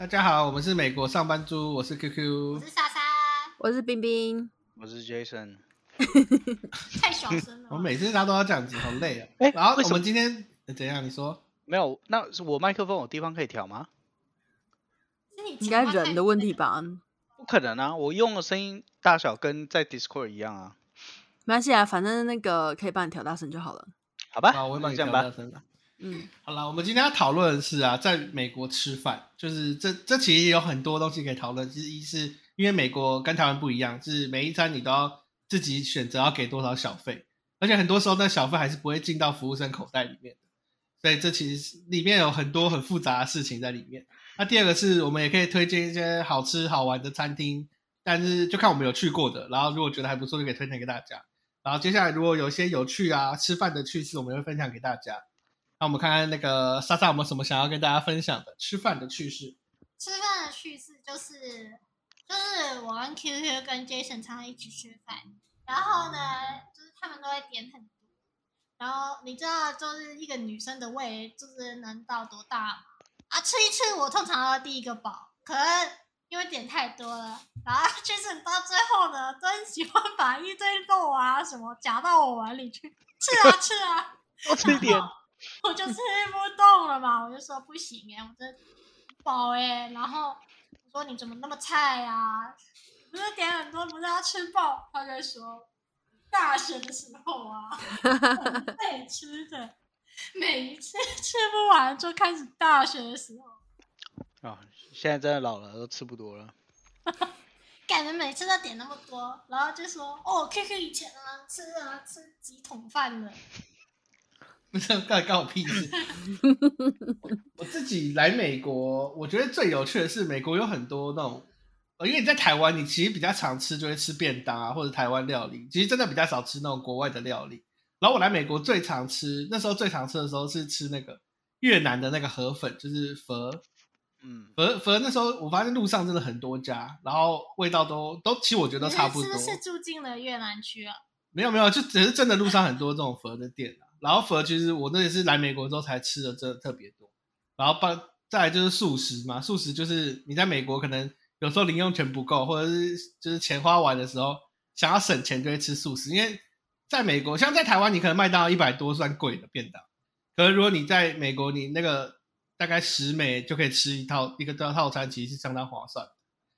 大家好，我们是美国上班族，我是 QQ， 我是莎莎， 我是冰冰， 我是 Jason。 太小声了。 我每次他都要这样子，好累啊。然后我们今天怎样？你说没有？那是我麦克风有地方可以调吗？ 应该人的问题吧？ 不可能啊，我用的声音大小跟在 Discord 一样啊。 没关系啊，反正那个可以帮你调大声就好了。 好吧， 我会帮你调大声的。好了，我们今天要讨论的是啊，在美国吃饭，就是这其实有很多东西可以讨论。一是因为美国跟台湾不一样，是每一餐你都要自己选择要给多少小费，而且很多时候那小费还是不会进到服务生口袋里面的，所以这其实里面有很多很复杂的事情在里面。那第二个是我们也可以推荐一些好吃好玩的餐厅，但是就看我们有去过的，然后如果觉得还不错就可以推荐给大家。然后接下来如果有一些有趣啊吃饭的趣事，我们会分享给大家。那我们看看那个莎莎有没有什么想要跟大家分享的吃饭的趣事。 吃饭的趣事就是我跟 QQ 跟 Jason 常常一起吃饭，然后呢就是他们都会点很多，然后你知道就是一个女生的胃就是能到多大吗？吃一吃我通常要第一个饱，可是因为点太多了，然后Jason到最后呢都很喜欢把一堆肉啊什么夹到我碗里去吃啊多吃一点。 我就吃不动了嘛，我就说不行我真饱然后我说你怎么那么菜啊？不是点很多，不是要吃饱？他就说大学的时候啊，很累吃的，每一次吃不完就开始大学的时候。 现在真的老了，都吃不多了。 感觉每次都点那么多，然后就说QQ 以前吃几桶饭了。 不是干我屁事。我自己来美国，我觉得最有趣的是美国有很多那种，因为你在台湾，你其实比较常吃就会吃便当啊，或者台湾料理，其实真的比较少吃那种国外的料理。然后我来美国最常吃，那时候最常吃的时候是吃那个越南的那个河粉，就是佛。佛那时候我发现路上真的很多家，然后味道都其实我觉得都差不多。 你是不是住进了越南区啊？ 没有，就只是真的路上很多这种佛的店啊。然后佛其实我那也是来美国之后才吃的，真的特别多。然后再来就是素食嘛，素食就是你在美国可能有时候零用钱不够，或者是就是钱花完的时候想要省钱就会吃素食。因为在美国像在台湾你可能麦当劳100多算贵的便当，可是如果你在美国你那个大概$10就可以吃一个套餐，其实是相当划算。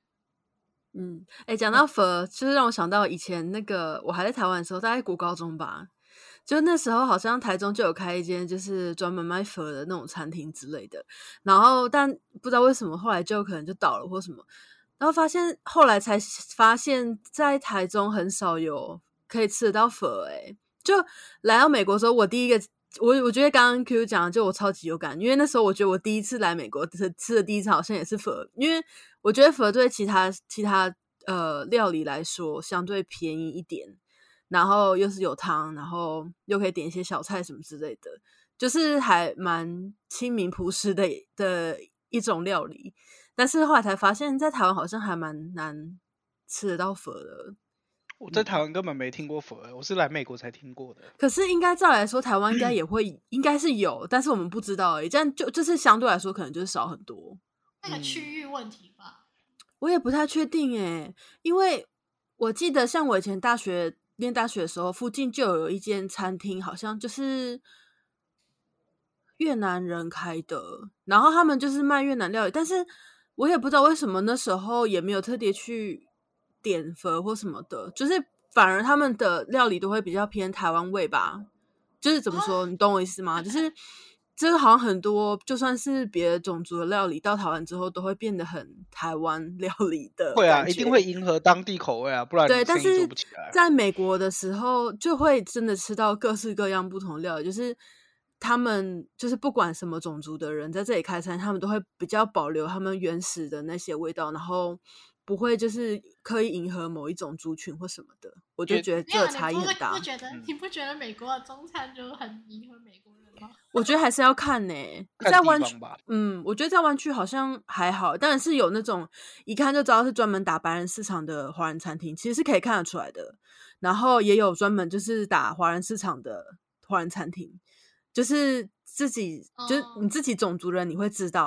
讲到佛就是让我想到以前那个我还在台湾的时候，大概国高中吧，就那时候好像台中就有开一间就是专门卖佛的那种餐厅之类的，然后但不知道为什么后来就可能就倒了或什么，然后后来才发现在台中很少有可以吃得到佛就来到美国的时候，我第一个我觉得刚刚 Q 讲的就我超级有感，因为那时候我觉得我第一次来美国吃的第一餐好像也是佛，因为我觉得佛对其他料理来说相对便宜一点，然后又是有汤，然后又可以点一些小菜什么之类的，就是还蛮亲民朴实的一种料理。但是后来才发现在台湾好像还蛮难吃得到佛的。 我在台湾根本没听过佛，我是来美国才听过的。 可是应该照来说台湾应该也会应该是有，但是我们不知道而已，这样就是相对来说可能就是少很多。 那个区域问题吧。 我也不太确定因为我记得像我以前念大学的时候，附近就有一间餐厅，好像就是越南人开的，然后他们就是卖越南料理，但是我也不知道为什么那时候也没有特别去点佛或什么的，就是反而他们的料理都会比较偏台湾味吧，就是怎么说，你懂我意思吗？就是这个好像很多就算是别的种族的料理到台湾之后都会变得很台湾料理的感觉。 会啊，一定会迎合当地口味啊，不然对，但是做不起来。 在美国的时候就会真的吃到各式各样不同的料理，就是他们就是不管什么种族的人在这里开餐，他们都会比较保留他们原始的那些味道，然后不会就是刻意迎合某一种族群或什么的。我就觉得这个差异很大。 你不觉得美国的中餐就很迎合美国人吗？ 我觉得还是要看在湾区吧。 我觉得在湾区好像还好，当然是有那种一看就知道是专门打白人市场的华人餐厅，其实是可以看得出来的。然后也有专门就是打华人市场的华人餐厅，就是就是你自己种族人你会知道，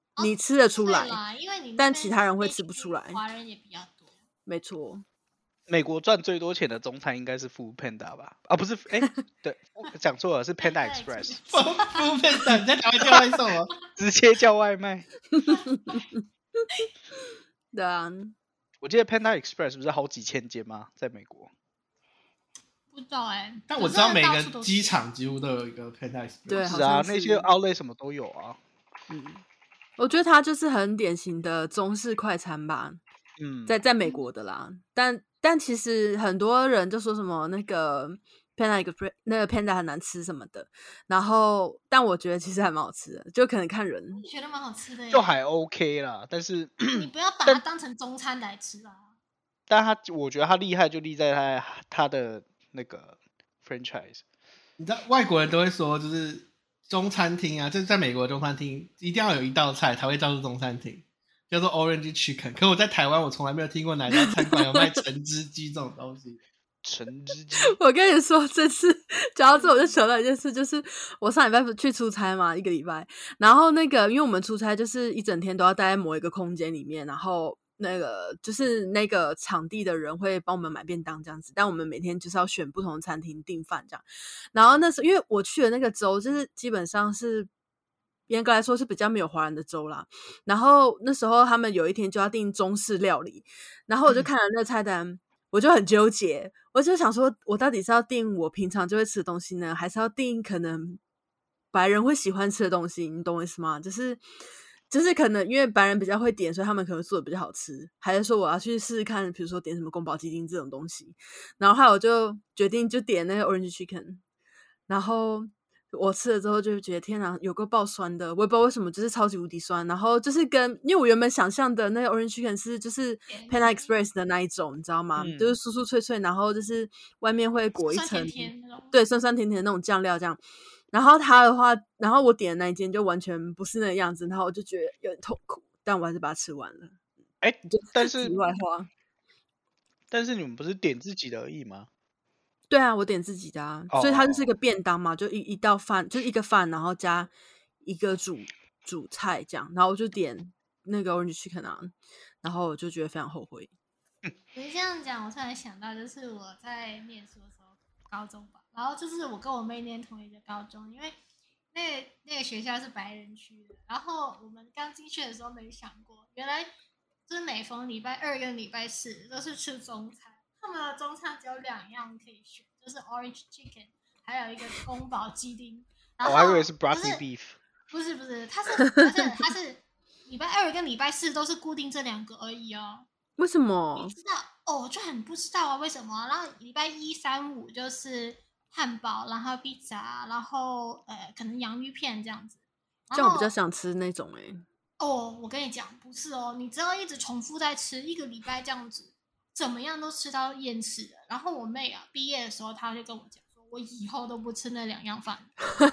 你吃得出来， 对啦，因为你那但边其他人会地吃不区出来。 华人也比较多。 没错， 美国赚最多钱的中餐应该是 Food Panda 吧？啊，不是，对，讲错了，是 Panda Express， 付费的，你在台湾叫外送哦？ 直接叫外卖。 对啊， 我记得 Panda Express 不是好几千间吗？在美国。 不知道哎， 但我知道每个到处都是机场几乎都有一个 Panda Express。 对， 是啊， 好像是那些 Outlet 什么都有啊。 我觉得它就是很典型的中式快餐吧，在美国的啦。但其实很多人就说什么那个 Panda 很难吃什么的，然后但我觉得其实还蛮好吃的，就可能看人。 我觉得蛮好吃的耶， 就还 OK 啦，但是你不要把它当成中餐来吃啊。 但我觉得他厉害就厉在他的那个 franchise。 你知道外国人都会说，就是中餐厅啊，就是在美国的中餐厅一定要有一道菜才会叫做中餐厅，叫做 Orange Chicken。可我在台湾，我从来没有听过哪家餐馆有卖橙汁鸡这种东西。 橙汁鸡， 我跟你说，这次讲到这，我就想到一件事，就是我上礼拜去出差嘛，一个礼拜，然后那个因为我们出差就是一整天都要待在某一个空间里面，然后那个就是那个场地的人会帮我们买便当这样子，但我们每天就是要选不同的餐厅订饭这样。然后那时候因为我去的那个州，就是基本上是严格来说是比较没有华人的州啦。然后那时候他们有一天就要订中式料理，然后我就看了那个菜单。我就很纠结，我就想说，我到底是要订我平常就会吃的东西呢，还是要订可能白人会喜欢吃的东西？你懂我意思吗？就是可能因为白人比较会点，所以他们可能做的比较好吃，还是说我要去试试看，比如说点什么宫保鸡丁这种东西？然后后来我就决定就点那个 Orange Chicken， 然后我吃了之后就觉得天哪，有个爆酸的，我也不知道为什么，就是超级无敌酸。然后就是因为我原本想象的那个 Orange Chicken 是就是 Panda Express 的那一种，你知道吗？就是酥酥脆脆，然后就是外面会裹一层酸甜甜那种， 对，酸酸甜甜的那种酱料这样。然后它的话，然后我点的那一间就完全不是那个样子，然后我就觉得有点痛苦，但我还是把它吃完了。 但是题外话， 但是你们不是点自己的而已吗？ 对啊，我点自己的啊，所以它就是一个便当嘛，就一道饭，就是一个饭，然后加一个主菜这样，然后我就点那个 Orange Chicken 啊，然后我就觉得非常后悔。 你这样讲，我突然想到，就是我在念书的时候，高中吧，然后就是我跟我妹念同一个高中，因为那个学校是白人区的，然后我们刚进去的时候没想过，原来就是每逢礼拜二跟礼拜四都是吃中餐。他们的中餐只有2样可以选，就是 Orange Chicken， 还有一个宫保鸡丁。 我还以为是 Broccoli Beef。 不是，它是礼拜二跟礼拜四都是固定这2个而已哦。 为什么？ 你知道哦，我就很不知道啊，为什么？然后礼拜1、3、5就是汉堡，然后披萨，然后可能洋芋片这样子。 这样我比较想吃那种哦，我跟你讲，不是哦，你只要一直重复在吃，一个礼拜这样子。怎么样都吃到厌世了。然后我妹啊，毕业的时候她就跟我讲说，我以后都不吃那2样饭。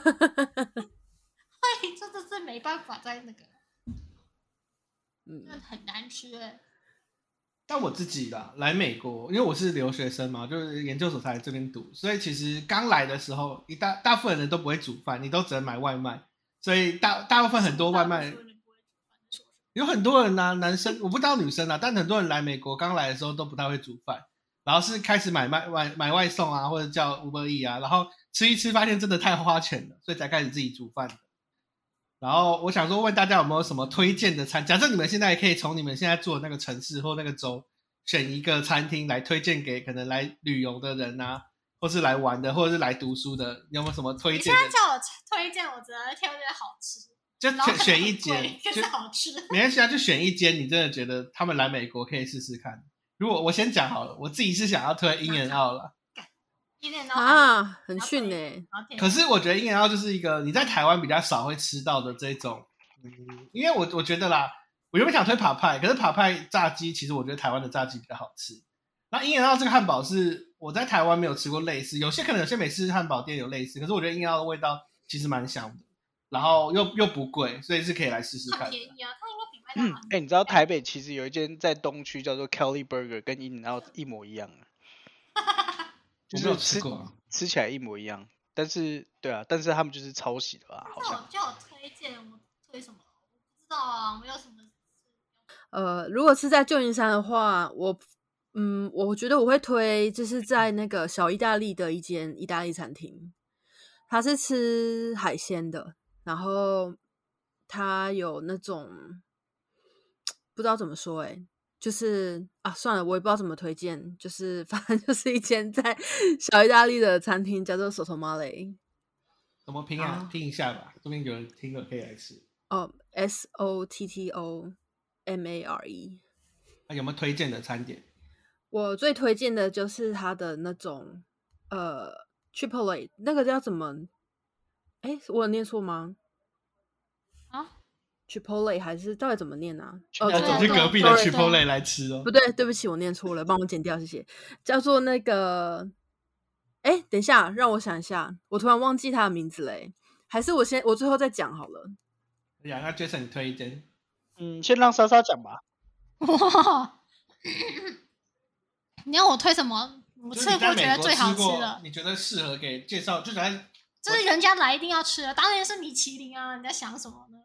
哎，真的是没办法在那个，真的很难吃哎。 但我自己啦，来美国，因为我是留学生嘛，就是研究所才来这边读，所以其实刚来的时候，大部分人都不会煮饭，你都只能买外卖，所以大部分很多外卖。有很多人啊，男生我不知道女生啊，但很多人来美国刚来的时候都不太会煮饭，然后是开始买外送啊，或者叫 Uber Eats 啊，然后吃一吃发现真的太花钱了，所以才开始自己煮饭的。然后我想说问大家有没有什么推荐的餐，假设你们现在可以从你们现在住的那个城市或那个州选一个餐厅来推荐给可能来旅游的人啊，或是来玩的，或者是来读书的，有没有什么推荐的？ 你现在叫我推荐，我只能挑这个好吃。 就选一间， 就是好吃。 没关系啊，就选一间，你真的觉得他们来美国可以试试看。如果我先讲好了，我自己是想要推In-N-Out啦。 In-N-Out 啊，很逊欸。 可是我觉得In-N-Out就是一个你在台湾比较少会吃到的这种，因为我觉得啦，我原本想推扒派，可是扒派炸鸡其实我觉得台湾的炸鸡比较好吃。那In-N-Out这个汉堡是我在台湾没有吃过类似，有些美式汉堡店有类似，可是我觉得In-N-Out的味道其实蛮香的。然后又不贵，所以是可以来试试看的。 很便宜啊，它应该比麦当劳。 你知道台北其实有一间在东区叫做 Kelly Burger， 跟 In-N-Out 一模一样就是吃起来一模一样，但是对啊，但是他们就是抄袭的吧？好像。 叫我推荐，我推什么？我不知知道啊，没有什么。 如果是在旧金山的话，我觉得我会推，就是在那个小意大利的一间意大利餐厅，它是吃海鲜的，然后它有那种不知道怎么说就是算了，我也不知道怎么推荐，就是反正就是一间在小意大利的餐厅，叫做 Sottomare。 怎么拼啊？拼一下吧，这边有人听了可以来吃。 Sottomare。 有没有推荐的餐点？ 我最推荐的就是它的那种Chipotle， 那个叫怎么？我有念错吗？Chipotle 还是到底怎么念啊？ 要走去隔壁的 Chipotle 来吃哦。 不对，对不起，我念错了，帮我剪掉，谢谢。叫做那个，等一下，让我想一下，我突然忘记它的名字嘞。还是我最后再讲好了。 那 Jason 你推荐？ 先让莎莎讲吧。 哇，你要我推什么？我吃过觉得最好吃的， 你觉得适合给介绍，就是人家来一定要吃的，当然是米其林啊！你在想什么呢？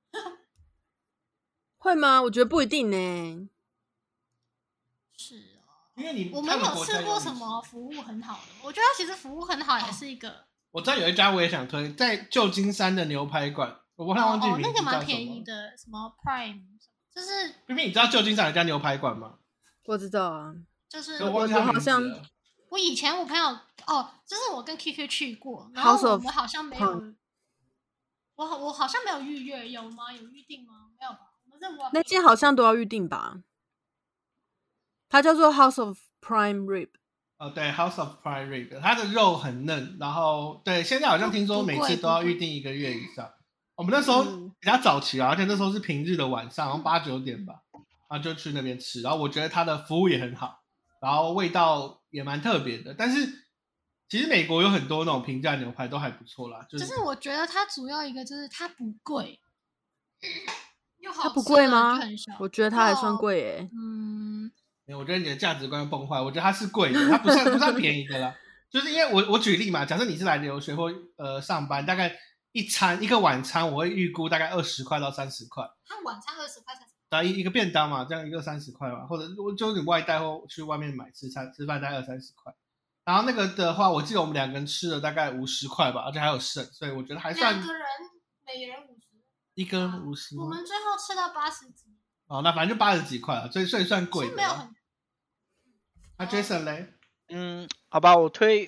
会吗？我觉得不一定呢。 是因为我没有吃过什么服务很好的，我觉得其实服务很好也是一个。 我知道有一家我也想推，在旧金山的牛排馆，我忘记名字叫什么。 那个蛮便宜的，什么 Prime， 就是冰冰，你知道旧金山有一家牛排馆吗？ 我知道啊， 就是我好像我以前我朋友就是我跟 QQ 去过，然后我们好像没有，我好像没有预约，有吗？有预定吗？没有吧？ 那间好像都要预定吧？它叫做 House of Prime Rib。 对 ，House of Prime Rib， 它的肉很嫩，然后对，现在好像听说每次都要预定1个月以上。我们那时候比较早期啊，而且那时候是平日的晚上，好像8、9点吧，然后就去那边吃。然后我觉得它的服务也很好，然后味道也蛮特别的。但是其实美国有很多那种平价牛排都还不错啦， 就是我觉得它主要一个就是它不贵。 它不贵吗？我觉得它还算贵耶。 我觉得你的价值观崩坏。我觉得它是贵的，它不算便宜的啦。就是因为我举例嘛，假设你是来留学或上班，大概一个晚餐，我会预估大概20块到30块。 它晚餐20块 30块？一个便当嘛，这样一个30块嘛，或者就是你外带或去外面买吃饭大概20-30块。然后那个的话，我记得我们2个人吃了大概50块吧，而且还有剩，所以我觉得还算。 2个人每人50。 一个50。 我们最后吃到80几。 那反正就80几块了，所以算贵的。 没有很。 那 Jason 嘞？ 好吧，我推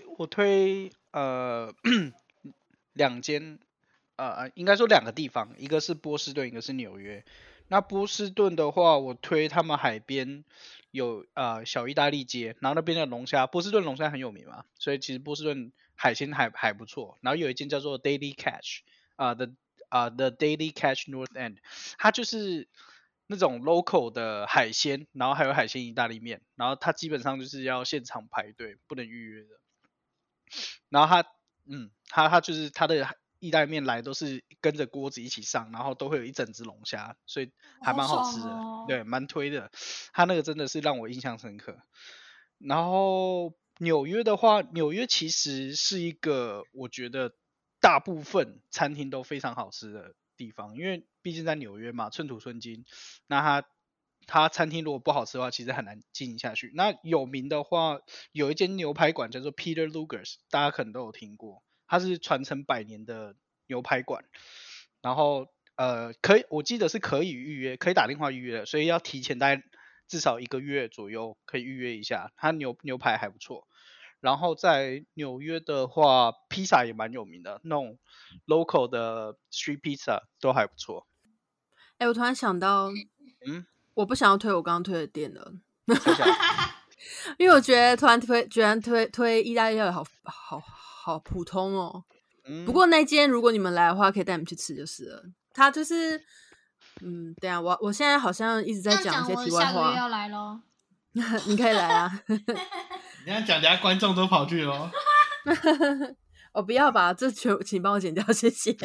2间，应该说2个地方，一个是波士顿，一个是纽约。那波士顿的话，我推他们海边有小意大利街，然后那边的龙虾，波士顿龙虾很有名嘛，所以其实波士顿海鲜还不错。然后有一间叫做 Daily Catch The Daily Catch North End， 它就是那种 local 的海鲜，然后还有海鲜意大利面，然后它基本上就是要现场排队，不能预约的。然后它就是它的意大利面来都是跟着锅子一起上，然后都会有一整只龙虾，所以还蛮好吃的，对，蛮推的。它那个真的是让我印象深刻。然后纽约的话，纽约其实是一个我觉得大部分餐厅都非常好吃的地方，因为毕竟在纽约嘛，寸土寸金。那它餐厅如果不好吃的话，其实很难经营下去。那有名的话，有一间牛排馆叫做 Peter Luger's， 大家可能都有听过，它是传承100年的牛排馆。然后我记得是可以预约，可以打电话预约的，所以要提前大概至少1个月左右可以预约一下。它牛排还不错。然后在纽约的话，披萨也蛮有名的，那种 local 的 street pizza 都还不错。 我突然想到，我不想要推我刚刚推的店了，因为我觉得居然推意大利料理好普通哦。不过那间如果你们来的话，可以带你们去吃就是了。它就是等一下我现在好像一直在讲一些题外话。 我下个月要来咯。 你可以来啊。 你这样讲，等下观众都跑去咯。 不要吧，这请帮我剪掉，谢谢。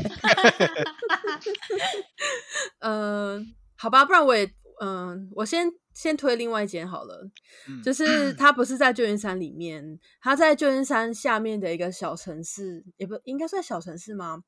好吧，不然我也我先推另外一间好了。就是它不是在旧金山里面，它在旧金山下面的一个小城市，也不应该算小城市吗？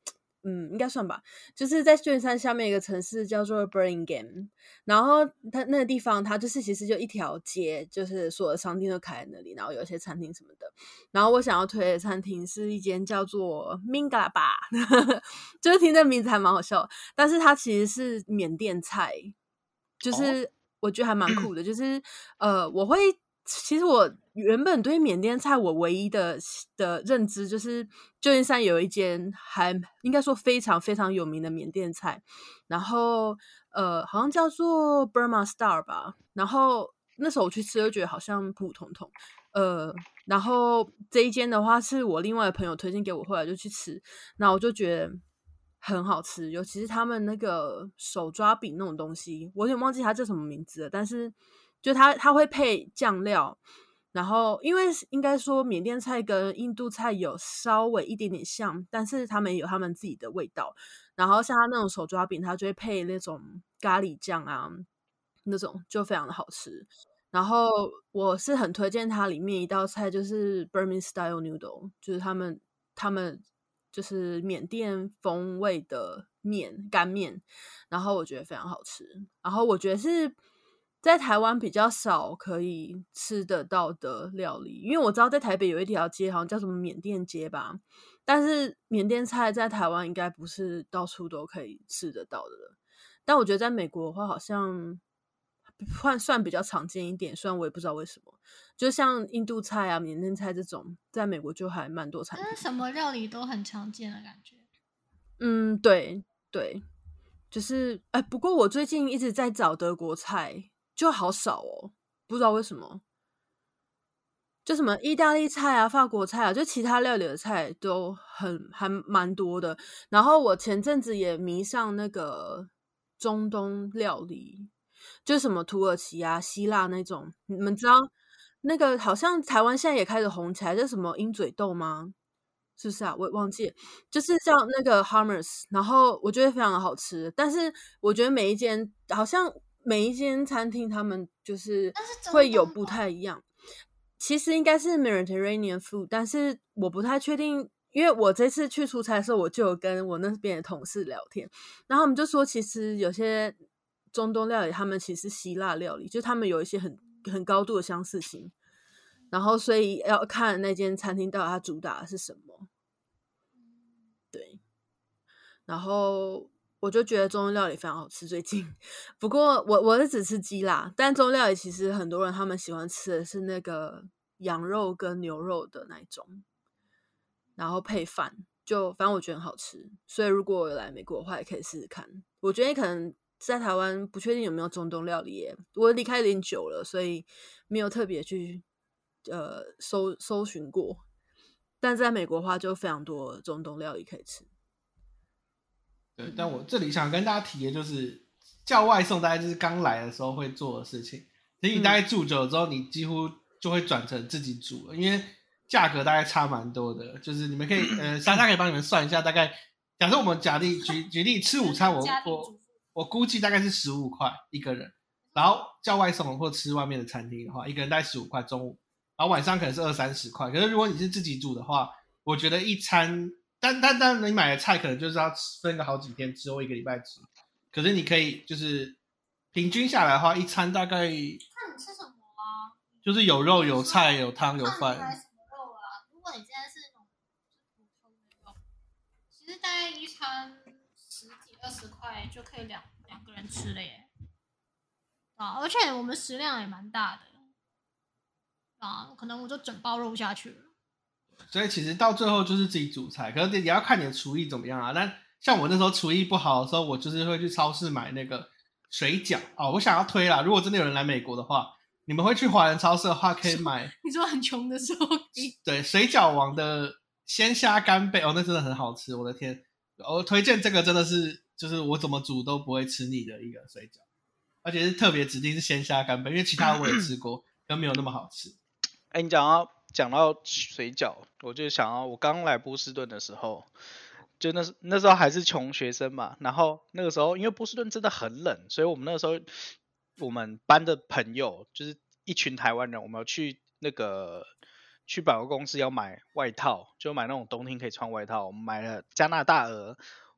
应该算吧，就是在旧金山下面一个城市叫做 Birmingham， 然后它那个地方它就是其实就一条街，就是所有的商店都开在那里，然后有一些餐厅什么的。然后我想要推的餐厅是一间叫做 Mingaba， 就是听这名字还蛮好笑，但是它其实是缅甸菜，就是我觉得还蛮酷的，就是其实我原本对缅甸菜我唯一的认知就是旧金山有一间还应该说非常非常有名的缅甸菜，然后好像叫做 Burma Star 吧，然后那时候我去吃就觉得好像普普通通，然后这一间的话是我另外的朋友推荐给我，后来就去吃，那我就觉得很好吃，尤其是他们那个手抓饼那种东西，我有点忘记它叫什么名字了，但是就它会配酱料，然后因为应该说缅甸菜跟印度菜有稍微一点点像，但是他们有他们自己的味道，然后像它那种手抓饼，它就会配那种咖喱酱啊，那种就非常的好吃。然后我是很推荐它里面一道菜，就是 Burmese style noodle， 就是他们就是缅甸风味的干面，然后我觉得非常好吃。然后我觉得是在台湾比较少可以吃得到的料理，因为我知道在台北有一条街好像叫什么缅甸街吧，但是缅甸菜在台湾应该不是到处都可以吃得到的了。但我觉得在美国的话，好像算比较常见一点，虽然我也不知道为什么。就像印度菜啊、缅甸菜这种，在美国就还蛮多餐厅。 但是什么料理都很常见的感觉。 对对，就是不过我最近一直在找德国菜，就好少哦，不知道为什么。就什么意大利菜啊、法国菜啊，就其他料理的菜都还蛮多的。然后我前阵子也迷上那个中东料理，就什么土耳其啊、希腊那种。你们知道那个好像台湾现在也开始红起来，叫什么鹰嘴豆吗？是不是啊？我忘记了，就是叫那个 hummus， 然后我觉得非常的好吃。但是我觉得好像每一间餐厅他们就是会有不太一样。其实应该是 Mediterranean food， 但是我不太确定，因为我这次去出差的时候，我就有跟我那边的同事聊天，然后他们就说，其实有些中东料理，他们其实希腊料理，就他们有一些很高度的相似性，然后所以要看那间餐厅到底它主打的是什么。对，然后我就觉得中东料理非常好吃最近。不过我是只吃鸡啦，但中东料理其实很多人他们喜欢吃的是那个羊肉跟牛肉的那一种，然后配饭，就反正我觉得很好吃。所以如果有来美国的话，也可以试试看。我觉得可能在台湾不确定有没有中东料理耶，我离开有点久了，所以没有特别去搜寻过。但在美国的话，就非常多中东料理可以吃。 对，但我这里想跟大家提的就是，叫外送大概就是刚来的时候会做的事情。其实你大概住久了之后，你几乎就会转成自己煮了，因为价格大概差蛮多的。就是你们可以莎莎可以帮你们算一下，大概假设我们举例吃午餐，我估计大概是15块一个人，然后叫外送或吃外面的餐厅的话，一个人大概15块中午，然后晚上可能是20-30块。可是如果你是自己煮的话，我觉得一餐。但你买的菜可能就是要分个好几天吃或一个礼拜吃，可是你可以就是平均下来的话，一餐大概看你吃什么啊？ 就是有肉有菜有汤有饭。 看你买什么肉啊？如果你今天是那种普通的肉，其实大概一餐10几20块就可以两个人吃了耶。啊，而且我们食量也蛮大的啊，可能我就整包肉下去了。 所以其实到最后就是自己煮菜，可是也要看你的厨艺怎么样啊。但像我那时候厨艺不好的时候，我就是会去超市买那个水饺哦。我想要推啦，如果真的有人来美国的话，你们会去华人超市的话，可以买。 你说很穷的时候， 对，水饺王的鲜虾干贝哦，那真的很好吃，我的天！我推荐这个真的是，就是我怎么煮都不会吃腻的一个水饺，而且是特别指定是鲜虾干贝，因为其他我也吃过，但没有那么好吃。 你讲到水饺，我就想到我刚来波士顿的时候，就那时候还是穷学生嘛，然后那个时候因为波士顿真的很冷，所以我们那个时候我们班的朋友就是一群台湾人，我们要去去百货公司要买外套，就买那种冬天可以穿外套，我们买了加拿大鹅，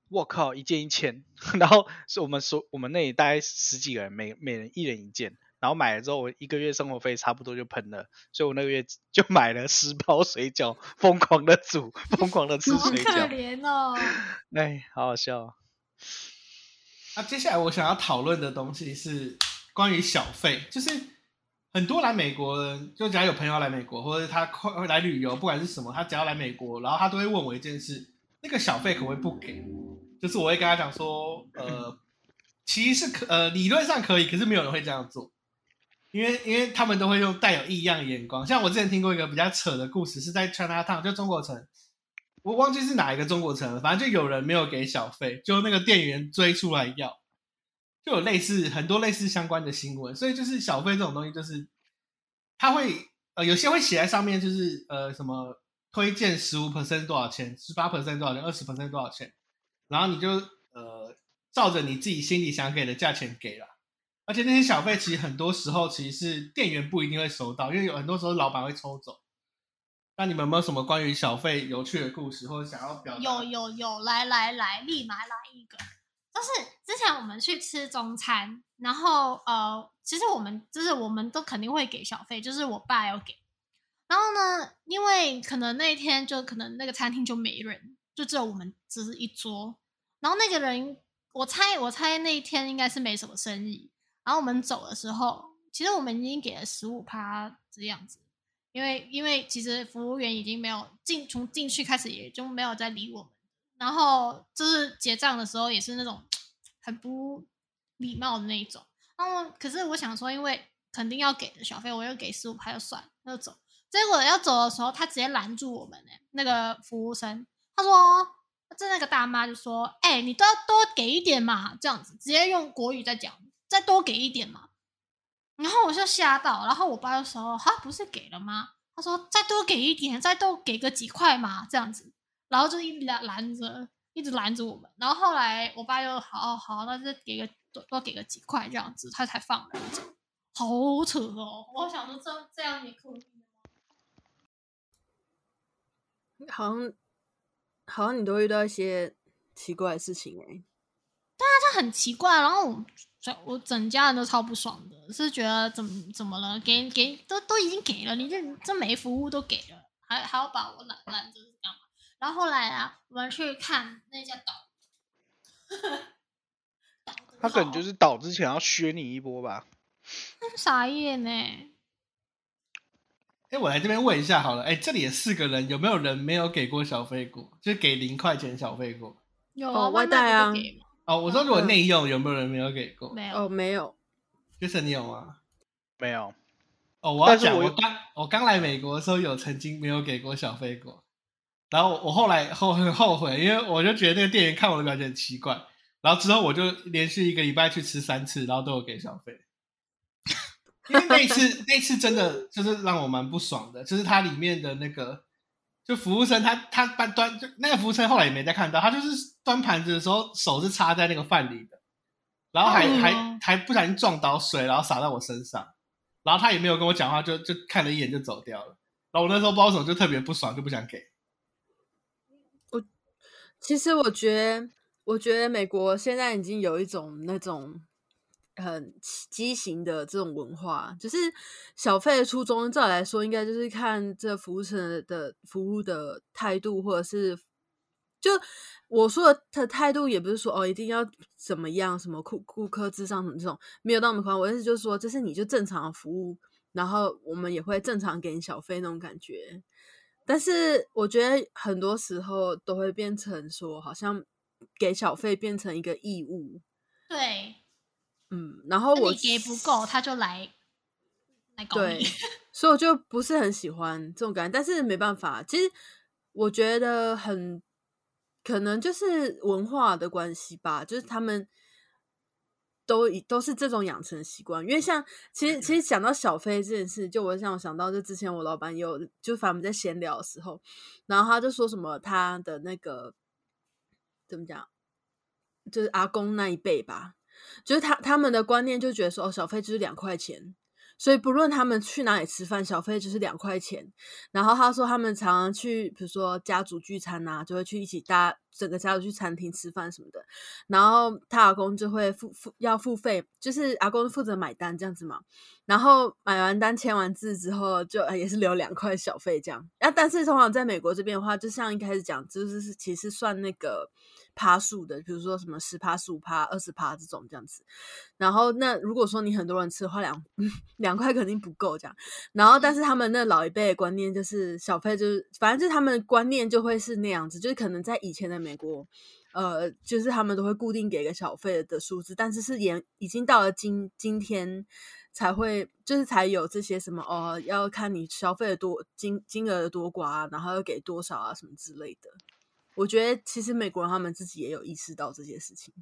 我靠，一件1000，然后是我们那里大概10几个人，每人1人1件，然后买了之后，我1个月生活费差不多就喷了，所以我那个月就买了10包水饺，疯狂的煮，疯狂的吃好可水饺， 怜哦。 哎，好好笑哦。 那接下来我想要讨论的东西是关于小费，就是很多来美国人，就只要有朋友来美国，或者他会来旅游，不管是什么，他只要来美国，然后他都会问我一件事：那个小费可不可以不给？就是我会跟他讲说，其实是理论上可以，可是没有人会这样做，因为他们都会用带有异样的眼光。像我之前听过一个比较扯的故事，是在 Chinatown， 就中国城。我忘记是哪一个中国城了，反正就有人没有给小费，就那个店员追出来要，就有很多类似相关的新闻。所以就是小费这种东西，就是他会有些会写在上面，就是什么推荐15% 多少钱，18% 多少钱，20% 多少钱，然后你就照着你自己心里想给的价钱给了。而且那些小费其实很多时候其实是店员不一定会收到，因为有很多时候老板会抽走。那你们有没有什么关于小费有趣的故事，或者想要表达？ 有，来，立马来一个。就是之前我们去吃中餐，然后其实我们都肯定会给小费，就是我爸要给。然后呢，因为可能那一天就可能那个餐厅就没人，就只有我们只是一桌。然后那个人，我猜那一天应该是没什么生意。然后我们走的时候，其实我们已经给了15%这样子。因为其实服务员已经没有从进去开始也就没有再理我们，然后就是结账的时候也是那种很不礼貌的那一种。然后可是我想说，因为肯定要给的小费，我又给15%就算，就走。结果要走的时候，他直接拦住我们那个服务生，他说，那个大妈就说：“你都要多给一点嘛，这样子直接用国语在讲，再多给一点嘛。”然后我就吓到，然后我爸就说：“哈，不是给了吗？”他说：“再多给一点，再多给个几块嘛，这样子。”然后就一直拦着我们。然后后来我爸就好，那就多给个几块这样子，他才放人走。好扯哦！我想说这样也可以吗？ 好像你都遇到一些奇怪的事情这很奇怪，然后我整家人都超不爽的，是觉得怎么了？给都已经给了，你这没服务都给了，还要把我拦着是干嘛？然后后来啊，我们去看那家岛， 他可能就是倒之前要削你一波吧。 傻眼呢。 我来这边问一下好了，这里也4个人，有没有人没有给过小费过？就是给0块钱小费过？ 有啊， 外带啊。 我说如果内用有没有人没有给过？ 没有。 没有。 就是你有吗？ 没有。 我要讲，我刚来美国的时候有曾经没有给过小费过，然后我后来很后悔，因为我就觉得那个店员看我的表情很奇怪，然后之后我就连续1个礼拜去吃3次，然后都有给小费。因为那一次真的就是让我蛮不爽的，就是它里面的那个就服务生他端就那个服务生后来也没再看到，他就是端盘子的时候手是插在那个饭里的，然后还不小心撞倒水，然后洒到我身上，然后他也没有跟我讲话，就看了一眼就走掉了。然后我那时候不知道为什么就特别不爽，就不想给。 其实我觉得美国现在已经有一种那种很畸形的这种文化，就是小费的初衷，照理来说应该就是看这服务生的服务的态度，或者是就我说的态度，也不是说一定要怎么样，什么顾客至上什么这种，没有那么宽。我意思就是说，这是你就正常的服务，然后我们也会正常给你小费那种感觉。但是我觉得很多时候都会变成说，好像给小费变成一个义务。 对。 然后你给不够，他就来搞你。 所以我就不是很喜欢这种感觉，但是没办法，其实我觉得可能就是文化的关系吧，就是他们都是这种养成习惯。因为像其实讲到小费这件事，就我想到就之前我老板就反正我们在闲聊的时候，然后他就说什么他的那个怎么讲，就是阿公那一辈吧，就是他们的观念就觉得说小费就是2块钱， 所以不论他们去哪里吃饭，小费就是2块钱。然后他说他们常常去，比如说家族聚餐啊，就会去一起整个家族去餐厅吃饭什么的。然后他阿公就会要付费，就是阿公负责买单这样子嘛。然后买完单签完字之后，就也是留2块小费这样。但是通常在美国这边的话，就像一开始讲，就是其实算那个趴数的，比如说什么10%、15%、20%这种这样子。然后那如果说你很多人吃的话，2块肯定不够这样。然后但是他们那老一辈的观念就是小费就是反正就是他们的观念就会是那样子，就是可能在以前的美国就是他们都会固定给一个小费的数字，但是已经到了今天才会就是才有这些什么要看你消费的金额的多寡啊，然后要给多少啊什么之类的。我觉得其实美国人他们自己也有意识到这些事情，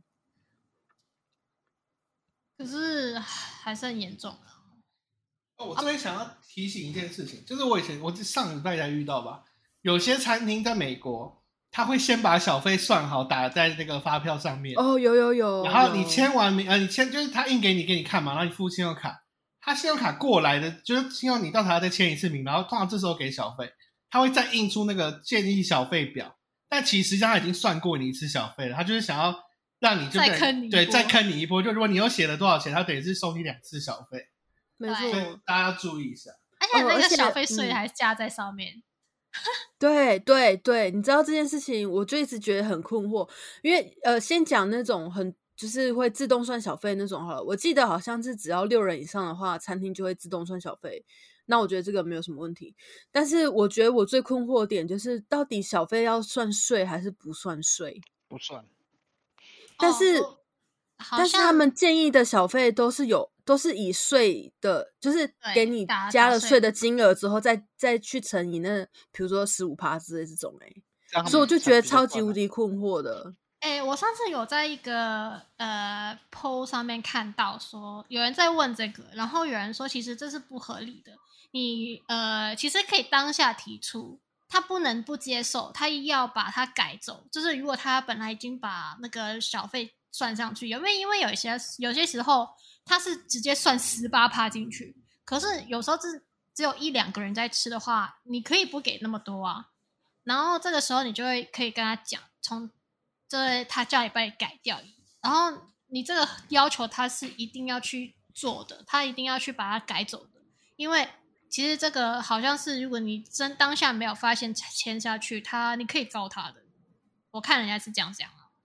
可是还是很严重啊。 我这边想要提醒一件事情，就是我上礼拜才遇到吧，有些餐厅在美国他会先把小费算好打在那个发票上面。 有。 然后你签完名你签就是他印给你看嘛，然后你付信用卡，他信用卡过来的就是信用你到时候再签一次名，然后通常这时候给小费，他会再印出那个建议小费表，但其实他已经算过你一次小费了，他就是想要让你就再坑你一波， 对，再坑你一波。就如果你有写了多少钱，他等于是收你2次小费， 没错， 所以大家要注意一下。 而且那个小费税还加在上面。 对，你知道这件事情，我就一直觉得很困惑。因为先讲那种就是会自动算小费那种好了，我记得好像是只要6人以上的话，餐厅就会自动算小费。那我觉得这个没有什么问题，但是我觉得我最困惑的点就是，到底小费要算税还是不算税？ 不算。 但是他们建议的小费都是以税的，就是给你加了税的金额之后，再去乘以那比如说15%之类这种所以我就觉得超级无敌困惑的。 我上次有在一个poll 上面看到说有人在问这个，然后有人说其实这是不合理的，你其实可以当下提出，他不能不接受，他要把它改走。就是如果他本来已经把那个小费算上去，因为有些时候他是直接算18%进去，可是有时候只有1-2个人在吃的话，你可以不给那么多啊。然后这个时候你就可以跟他讲，就是他叫你帮你改掉，然后你这个要求他是一定要去做的，他一定要去把它改走的。因为其实这个好像是如果你当下没有发现签下去，你可以告他的。我看人家是这样讲啊。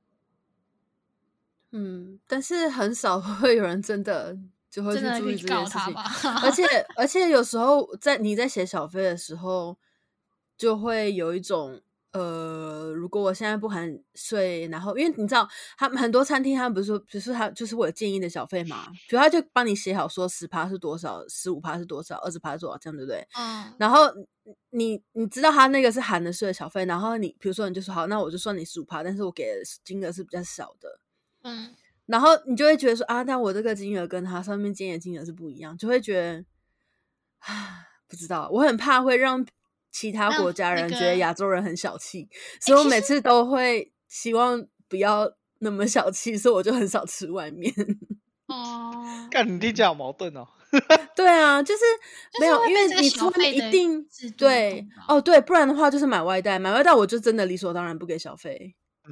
但是很少会有人真的就会去注意这件事情吧。 而且有时候你在写小费的时候，就会有一种如果我现在不含税，然后因为你知道他们很多餐厅他们不是说比如说他就是我有建议的小费嘛，比如他就帮你写好说10%是多少，15%是多少，20%是多少，这样对不对？然后你知道他那个是含的税的小费，然后你比如说你就说好，那我就算你15%，但是我给的金额是比较少的。然后你就会觉得说但我这个金额跟他上面建议的金额是不一样，就会觉得不知道，我很怕会让其他国家人觉得亚洲人很小气，所以我每次都会希望不要那么小气，所以我就很少吃外面。 干，你听起来好矛盾哦。 对啊，就是没有，因为你出面一定对对，不然的话就是买外带我就真的理所当然不给小费。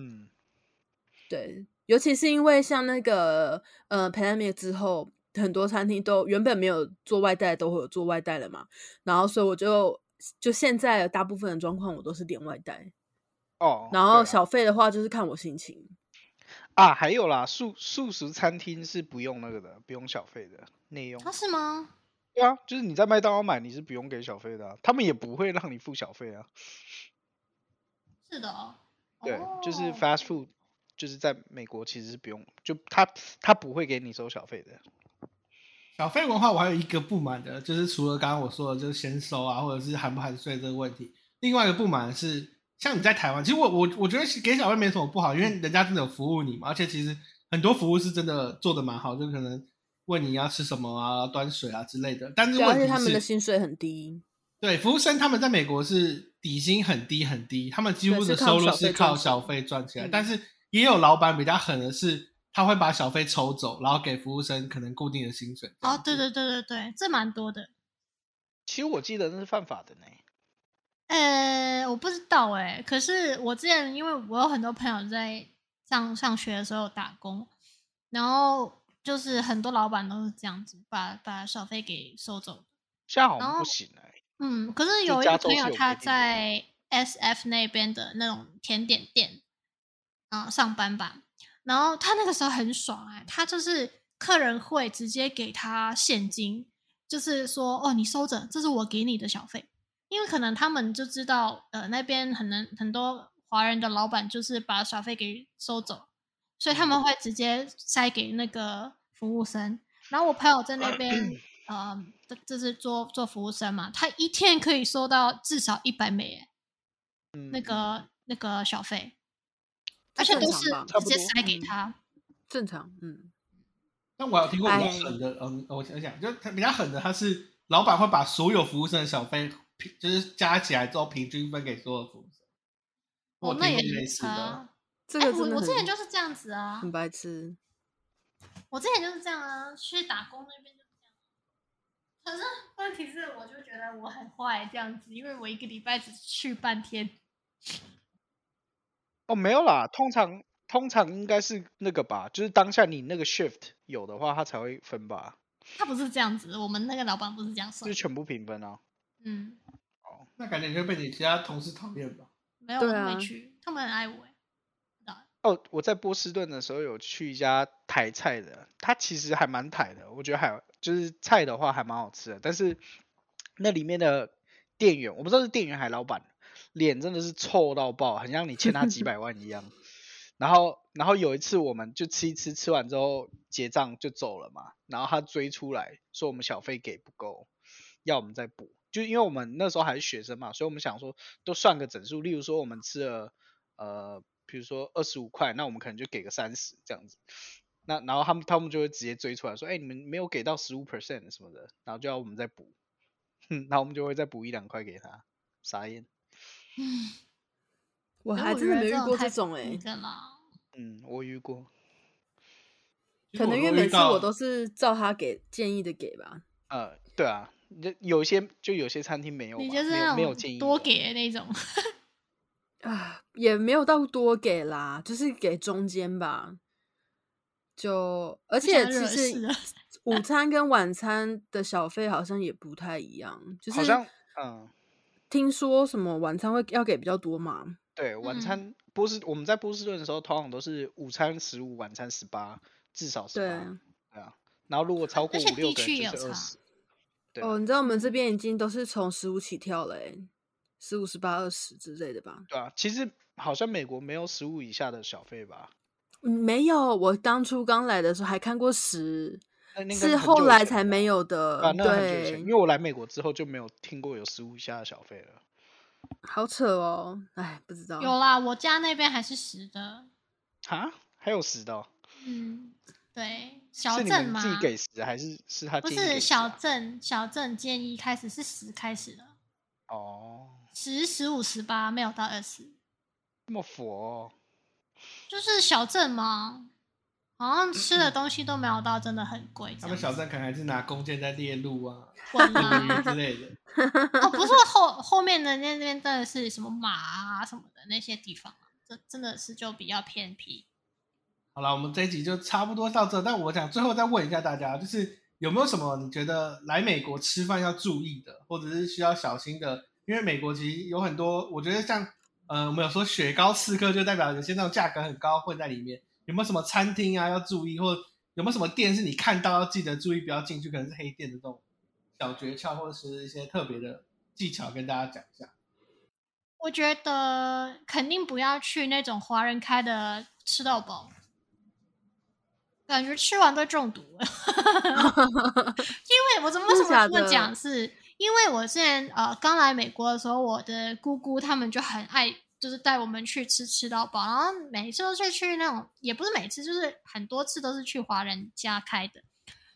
对，尤其是因为像那个pandemic 之后，很多餐厅都原本没有做外带，都会有做外带了嘛，然后所以我就现在大部分的状况我都是点外带。然后小费的话就是看我心情还有啦，素食餐厅是不用那个的，不用小费的内用。 是吗？ 对啊，就是你在麦当劳买你是不用给小费的他们也不会让你付小费啊。 是的对，就是 fast food 就是在美国其实是不用，就他不会给你收小费的。 小费文化我还有一个不满的，就是除了刚刚我说的就是先收或者是含不含税这个问题，另外一个不满是像你在台湾，其实我觉得给小费没什么不好，因为人家真的有服务你嘛，而且其实很多服务是真的做的蛮好，就可能问你要吃什么端水之类的。但是问题是而且他们的薪水很低。 对，服务生他们在美国是底薪很低很低，他们几乎的收入是靠小费赚起来。但是也有老板比较狠的是， 他会把小费抽走，然后给服务生可能固定的薪水。 哦，对，这蛮多的。 其实我记得那是犯法的呢。 我不知道可是我之前因为我有很多朋友在上学的时候打工，然后就是很多老板都是这样子把小费给收走。 现在好像不行可是有一个加州朋友他是有规定的在 SF 那边的那种甜点店上班吧，然后他那个时候很爽他就是客人会直接给他现金，就是说哦你收着，这是我给你的小费。因为可能他们就知道那边很多华人的老板就是把小费给收走，所以他们会直接塞给那个服务生。然后我朋友在那边就是做服务生嘛，他一天可以收到至少$100那个小费，而且都是直接塞给他。 正常。 但我有听过比较狠的，我想想，就比较狠的，他是老板会把所有服务生的小费就是加起来之后平均分给所有服务生。 那也类似的。 这个真的我之前就是这样子啊， 很白痴。 我之前就是这样啊，去打工那边就是这样。可是问题是，我就觉得我很坏这样子，因为我1个礼拜只去半天。 没有啦，通常应该是那个吧，就是当下你那个 shift 有的话，他才会分吧。 他不是这样子，我们那个老板不是这样算， 就是全部平分啊。 那感觉你会被你其他同事讨厌吧？ 没有，我没去，他们很爱我我在波士顿的时候有去一家台菜的，它其实还蛮台的，我觉得就是菜的话还蛮好吃的，但是那里面的店员，我不知道是店员还是老板，脸真的是臭到爆，很像你欠他几百万一样。然后有一次我们就吃一吃完之后结账就走了嘛，然后他追出来说我们小费给不够，要我们再补。就因为我们那时候还是学生嘛，所以我们想说都算个整数，例如说我们吃了比如说25块，那我们可能就给个30这样子。然后他们就会直接追出来说，你们没有给到15% 什么的，然后就要我们再补，然后我们就会再补1-2块给他，傻眼。 我还真的没遇过这种我遇过。 可能因为每次我都是照他给建议的给吧。 对啊，有些餐厅没有吧， 你就是没有建议多给的那种。 也没有到多给啦，就是给中间吧。而且其实午餐跟晚餐的小费好像也不太一样，就是好像听说什么晚餐要给比较多嘛。 对，晚餐我们在波士顿的时候，通常都是午餐15，晚餐18，至少18。对啊，然后如果超过5-6个人就是20。对你知道我们这边已经都是从15起跳了15、18、20之类的吧？ 对啊，其实好像美国没有15以下的小费吧？ 没有，我当初刚来的时候还看过10， 是后来才没有的。 对，因为我来美国之后就没有听过有15以下的小费了。 好扯哦，不知道。 有啦，我家那边还是10的。 还有10的？ 对，小镇嘛。 是你们自己给10还是他建议给10？ 不是小镇建议开始是10开始的。10、15、18没有到20。 这么佛就是小镇嘛，好像吃的东西都没有到真的很贵。 他们小镇可能还是拿弓箭在猎鹿啊、 鱼之类的。 不是后面的那边真的是什么马啊什么的那些地方这真的是就比较偏僻。 好了，我们这一集就差不多到这。但我想最后再问一下大家，就是有没有什么你觉得来美国吃饭要注意的，或者是需要小心的？因为美国其实有很多，我觉得像我们有说雪糕刺客，就代表有些那种价格很高混在里面。有没有什么餐厅啊要注意，或有没有什么店是你看到要记得注意不要进去，可能是黑店的这种小诀窍，或者是一些特别的技巧跟大家讲一下？ 我觉得肯定不要去那种华人开的吃到饱，感觉吃完都中毒了。因为为什么这么讲，是因为我之前刚来美国的时候，我的姑姑他们就很爱就是带我们去吃到饱，然后每次都是去那种，也不是每次，就是很多次都是去华人家开的。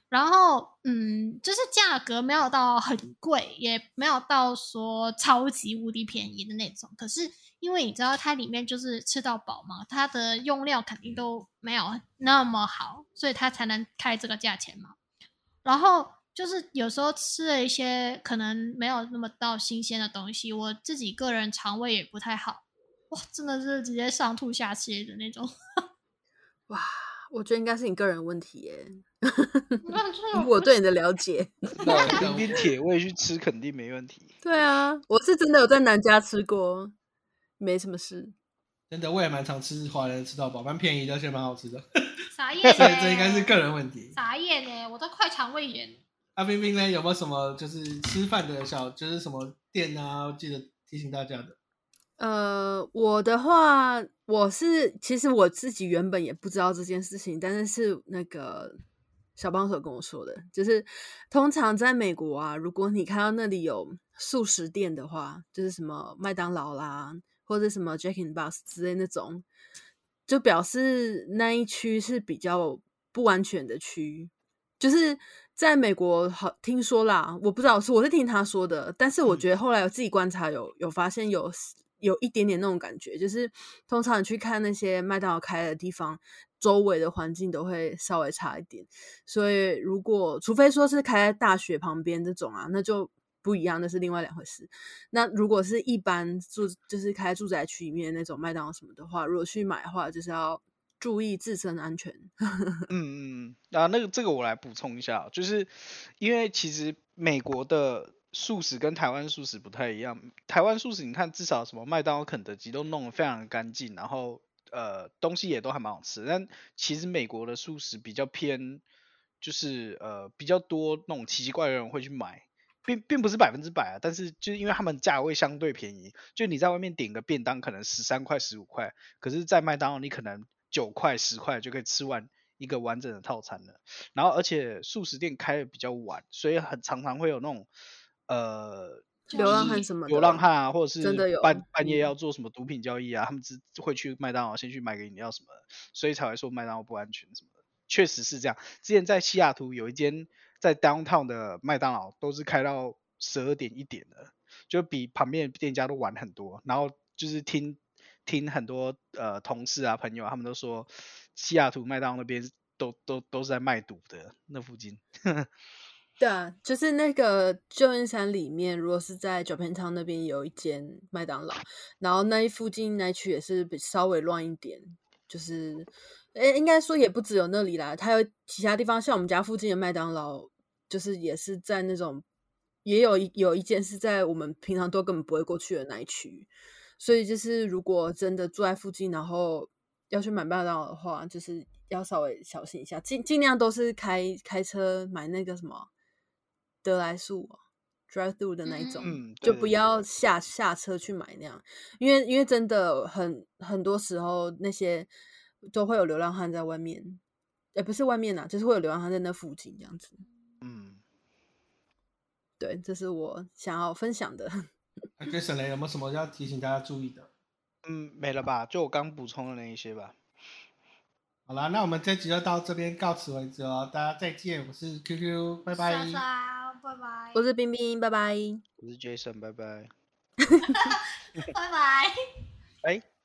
然后就是价格没有到很贵，也没有到说超级无敌便宜的那种。可是因为你知道它里面就是吃到饱嘛，它的用料肯定都没有那么好，所以它才能开这个价钱嘛。然后就是有时候吃了一些可能没有那么到新鲜的东西，我自己个人肠胃也不太好，哇，真的是直接上吐下泻的那种。 哇，我觉得应该是你个人问题耶。 那就是以我对你的了解， 那冰冰铁胃去吃肯定没问题。 对啊，我是真的有在南家吃过，没什么事。 真的，我也蛮常吃华人吃到饱，蛮便宜的，而且蛮好吃的。 傻眼所以这应该是个人问题。 傻眼呢，我都快肠胃炎。 冰冰呢，有没有什么就是吃饭的就是什么店啊？记得提醒大家的。 我的话，其实我自己原本也不知道这件事情，但是那个小帮手跟我说的，就是通常在美国啊，如果你看到那里有素食店的话，就是什么麦当劳啦，或者什么 Jack in the Box 之类那种，就表示那一区是比较不安全的区。就是在美国，好听说啦，我不知道我是听他说的，但是我觉得后来我自己观察有发现有一点点那种感觉，就是通常你去看那些麦当劳开的地方，周围的环境都会稍微差一点，所以除非说是开在大学旁边这种啊，那就不一样，那是另外两回事。那如果是一般就是开住宅区里面那种麦当劳什么的话，如果去买的话，就是要注意自身安全。 这个我来补充一下，就是因为其实美国的素食跟台湾素食不太一样。台湾素食你看至少什么麦当劳、肯德基都弄得非常的干净，然后东西也都还蛮好吃。但其实美国的素食比较偏，就是比较多那种奇奇怪怪的人会去买，并不是100%啊，但是就是因为他们价位相对便宜，就你在外面点个便当可能13块15块，可是在麦当劳你可能9块10块就可以吃完一个完整的套餐了。然后而且素食店开的比较晚，所以常常会有那种流浪汉什么的， 流浪汉啊，或者是真的有半夜要做什么毒品交易啊，他们会去麦当劳先去买个饮料什么的，所以才会说麦当劳不安全什么的。确实是这样。之前在西雅图有一间在 downtown 的麦当劳，都是开到12点1点的，就比旁边的店家都晚很多。然后就是听很多同事啊朋友啊，他们都说西雅图麦当劳那边都是在卖毒的，那附近。 对啊，就是那个旧金山里面，如果是在Japantown那边有一间麦当劳，然后那附近那区也是稍微乱一点，就是应该说也不只有那里啦，它有其他地方，像我们家附近的麦当劳，就是也是在那种也有一间是在我们平常都根本不会过去的那一区，所以就是如果真的住在附近，然后要去买麦当劳的话，就是要稍微小心一下，尽量都是开车买那个什么得来速drive through 的那一种，就不要下车去买那样，因为真的很多时候那些都会有流浪汉在外面，不是外面啊，就是会有流浪汉在那附近这样子。对，这是我想要分享的。 Jason 雷有没有什么要提醒大家注意的？ 没了吧，就我刚补充的那一些吧。 好啦，那我们这集就到这边告辞为止哦，大家再见，我是 QQ，拜拜。 拜拜。 我是冰冰，拜拜。 我是 Jason，拜拜。 拜拜。 拜。